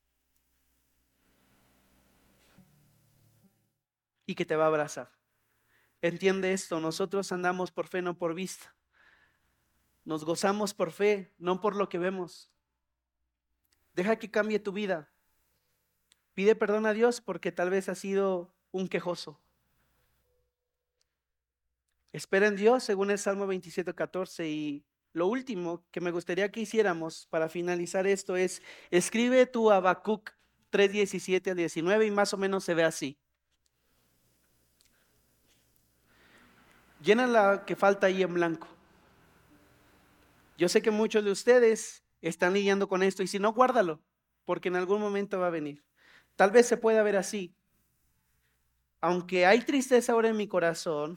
S2: y que te va a abrazar. Entiende esto, nosotros andamos por fe, no por vista. Nos gozamos por fe, no por lo que vemos. Deja que cambie tu vida. Pide perdón a Dios porque tal vez has sido un quejoso. Espera en Dios, según el Salmo 27:14. Y lo último que me gustaría que hiciéramos para finalizar esto es, escribe tu Habacuc 3:17 al 19 y más o menos se ve así. Llena la que falta ahí en blanco. Yo sé que muchos de ustedes están lidiando con esto y si no, guárdalo, porque en algún momento va a venir. Tal vez se pueda ver así. Aunque hay tristeza ahora en mi corazón,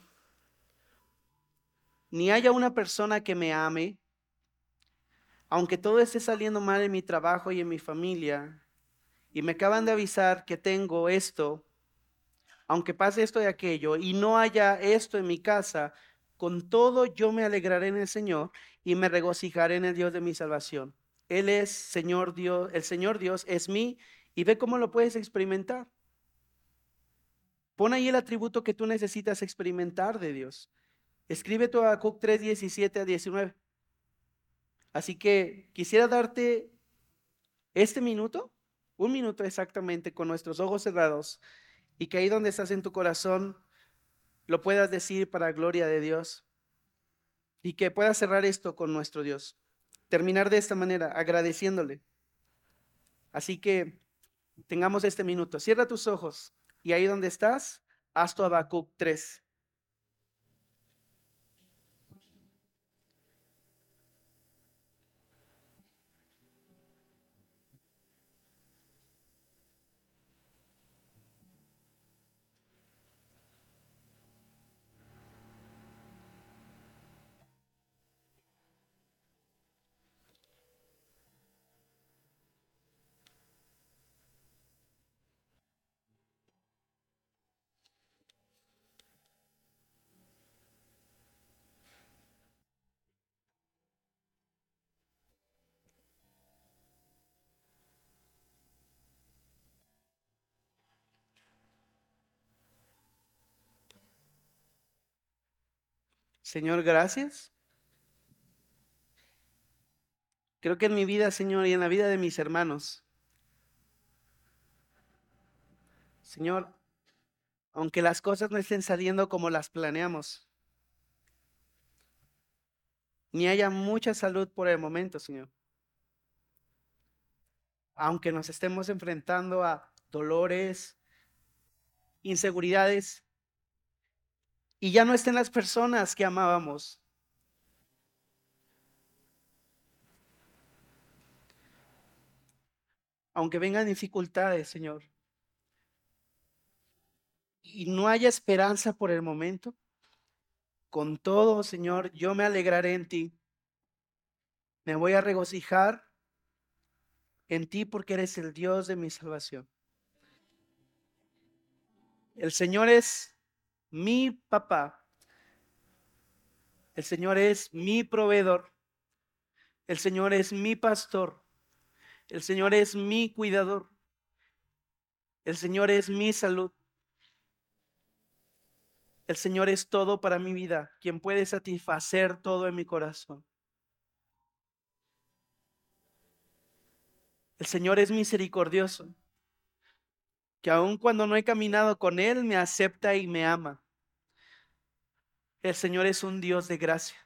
S2: ni haya una persona que me ame, aunque todo esté saliendo mal en mi trabajo y en mi familia, y me acaban de avisar que tengo esto, aunque pase esto y aquello, y no haya esto en mi casa, con todo yo me alegraré en el Señor y me regocijaré en el Dios de mi salvación. Él es Señor Dios, el Señor Dios es mí, y ve cómo lo puedes experimentar. Pon ahí el atributo que tú necesitas experimentar de Dios. Escribe tu Habacuc 3:17 al 19. Así que quisiera darte este minuto, un minuto exactamente, con nuestros ojos cerrados, y que ahí donde estás en tu corazón lo puedas decir para gloria de Dios y que puedas cerrar esto con nuestro Dios. Terminar de esta manera, agradeciéndole. Así que tengamos este minuto. Cierra tus ojos y ahí donde estás, haz tu Habacuc 3. Señor, gracias. Creo que en mi vida, Señor, y en la vida de mis hermanos, Señor, aunque las cosas no estén saliendo como las planeamos, ni haya mucha salud por el momento, Señor. Aunque nos estemos enfrentando a dolores, inseguridades, y ya no estén las personas que amábamos. Aunque vengan dificultades, Señor, y no haya esperanza por el momento, con todo, Señor, yo me alegraré en ti. Me voy a regocijar en ti porque eres el Dios de mi salvación. El Señor es mi papá. El Señor es mi proveedor. El Señor es mi pastor. El Señor es mi cuidador. El Señor es mi salud. El Señor es todo para mi vida, quien puede satisfacer todo en mi corazón. El Señor es misericordioso, que aun cuando no he caminado con Él, me acepta y me ama. El Señor es un Dios de gracia.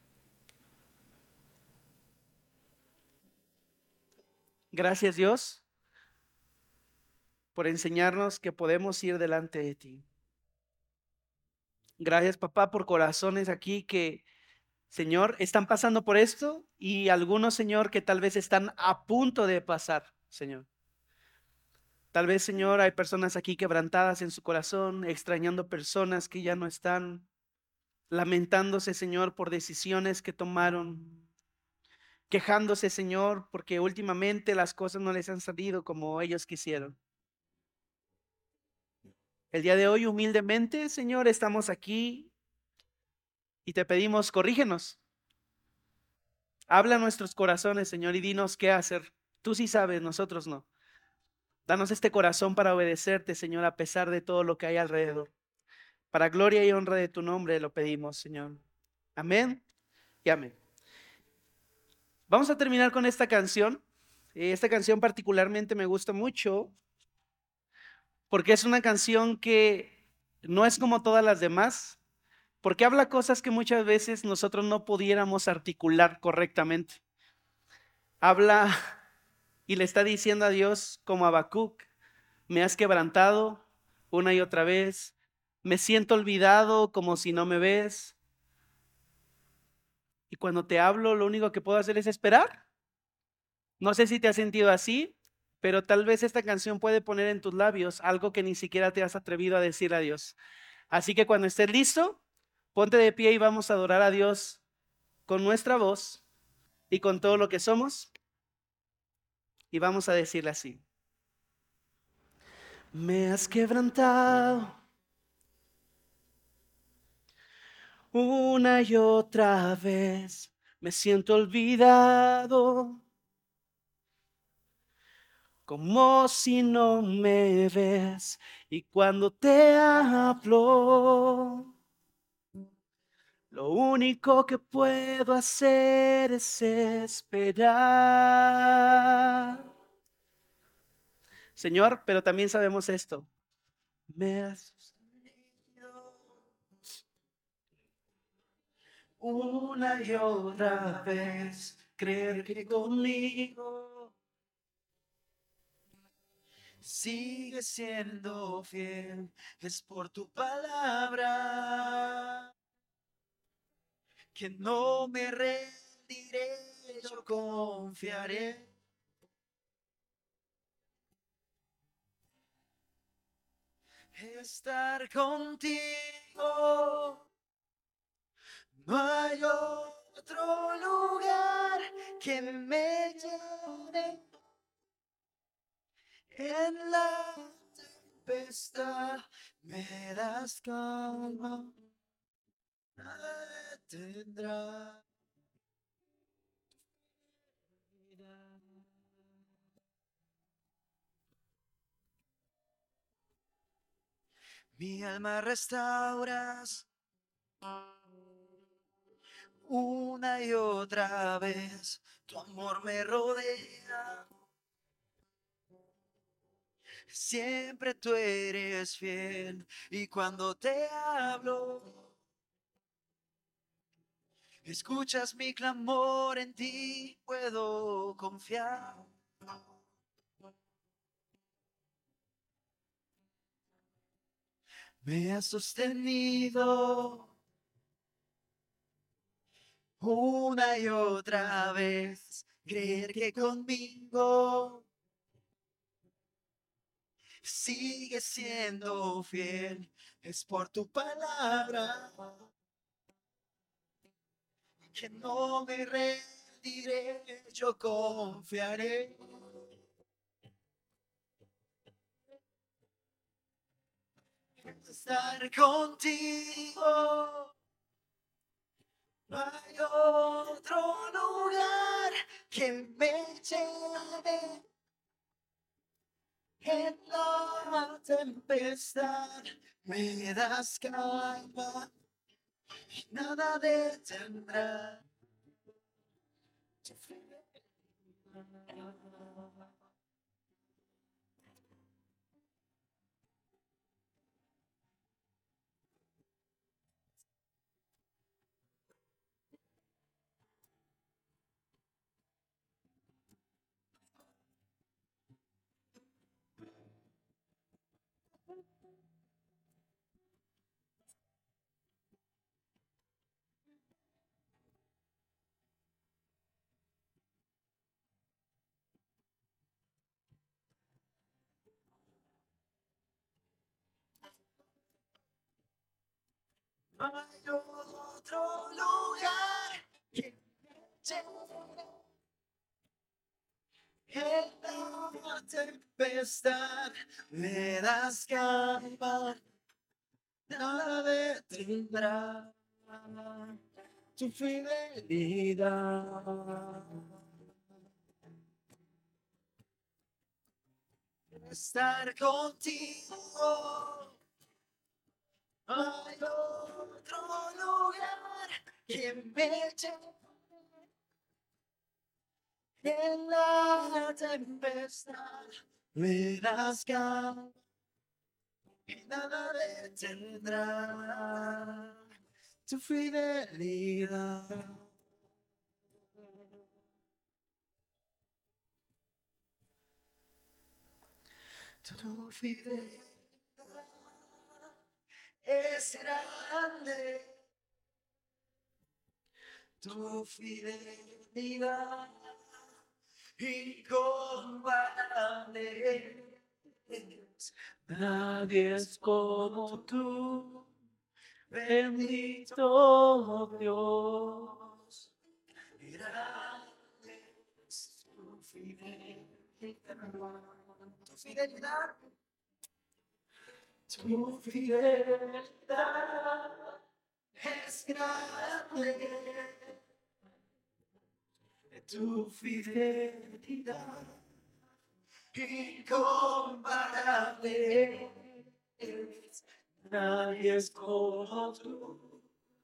S2: Gracias, Dios, por enseñarnos que podemos ir delante de ti. Gracias, papá, por corazones aquí que, Señor, están pasando por esto y algunos, Señor, que tal vez están a punto de pasar, Señor. Tal vez, Señor, hay personas aquí quebrantadas en su corazón, extrañando personas que ya no están, lamentándose, Señor, por decisiones que tomaron, quejándose, Señor, porque últimamente las cosas no les han salido como ellos quisieron. El día de hoy, humildemente, Señor, estamos aquí y te pedimos, corrígenos. Habla a nuestros corazones, Señor, y dinos qué hacer. Tú sí sabes, nosotros no. Danos este corazón para obedecerte, Señor, a pesar de todo lo que hay alrededor. Para gloria y honra de tu nombre lo pedimos, Señor. Amén y amén. Vamos a terminar con esta canción. Esta canción particularmente me gusta mucho porque es una canción que no es como todas las demás, porque habla cosas que muchas veces nosotros no pudiéramos articular correctamente. Habla y le está diciendo a Dios como a Habacuc: me has quebrantado una y otra vez, me siento olvidado como si no me ves, y cuando te hablo lo único que puedo hacer es esperar. No sé si te has sentido así, pero tal vez esta canción puede poner en tus labios algo que ni siquiera te has atrevido a decir a Dios. Así que cuando estés listo, ponte de pie y vamos a adorar a Dios con nuestra voz y con todo lo que somos, y vamos a decirle así: me has quebrantado una y otra vez, me siento olvidado, como si no me ves, y cuando te hablo, lo único que puedo hacer es esperar. Señor, pero también sabemos esto: me has sostenido una y otra vez, creer que conmigo sigue siendo fiel, es por tu palabra que no me rendiré, yo confiaré. Estar contigo, no hay otro lugar que me llene en la tempestad, me das calma, nada tendrá. Mi alma restauras una y otra vez, tu amor me rodea,
S3: Siempre tú eres fiel y cuando te hablo, escuchas mi clamor, en ti puedo confiar. Me has sostenido una y otra vez, creer que conmigo sigue siendo fiel, es por tu palabra que no me rendiré, yo confiaré. Estar contigo, no hay otro lugar que me lleve en la tempestad. Me das calma y nada detendrá tu fidelidad. No hay otro lugar que me lleve en la tempestad. Me das calma, nada detendrá tu fidelidad. Estar contigo, no hay otro lugar que me lleve en la tempestad. Me das calma y nada detendrá tu fidelidad. Tu fidelidad es grande, tu fidelidad incomparable. Nadie es como tú, bendito Dios. Grande es tu fidelidad. Tu fidelidad. Tu fidelidad es grande, tu fidelidad incomparable. Nadie es como tú,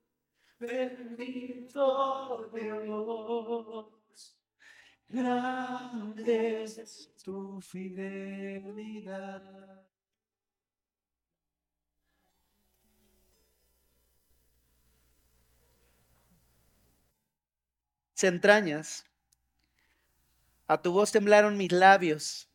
S3: bendito Dios. Grande es tu fidelidad.
S2: Entrañas, a tu voz temblaron mis labios,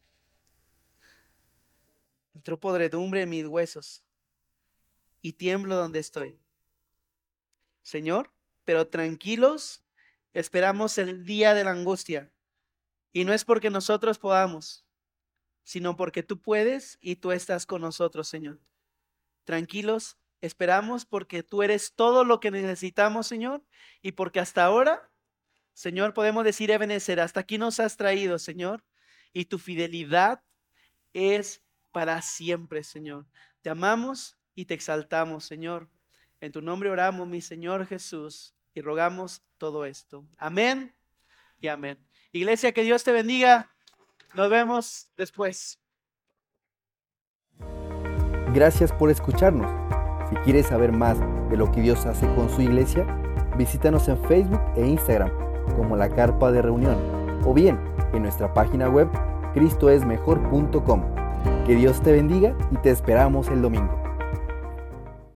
S2: entró podredumbre en mis huesos y tiemblo donde estoy. Señor, pero tranquilos, esperamos el día de la angustia, y no es porque nosotros podamos, sino porque tú puedes y tú estás con nosotros, Señor. Tranquilos, esperamos porque tú eres todo lo que necesitamos, Señor, y porque hasta ahora, Señor, podemos decir, Ebenezer, hasta aquí nos has traído, Señor, y tu fidelidad es para siempre, Señor. Te amamos y te exaltamos, Señor. En tu nombre oramos, mi Señor Jesús, y rogamos todo esto. Amén y amén. Iglesia, que Dios te bendiga. Nos vemos después.
S1: Gracias por escucharnos. Si quieres saber más de lo que Dios hace con su iglesia, visítanos en Facebook e Instagram como La Carpa de Reunión o bien en nuestra página web cristoesmejor.com. Que Dios te bendiga y te esperamos el domingo.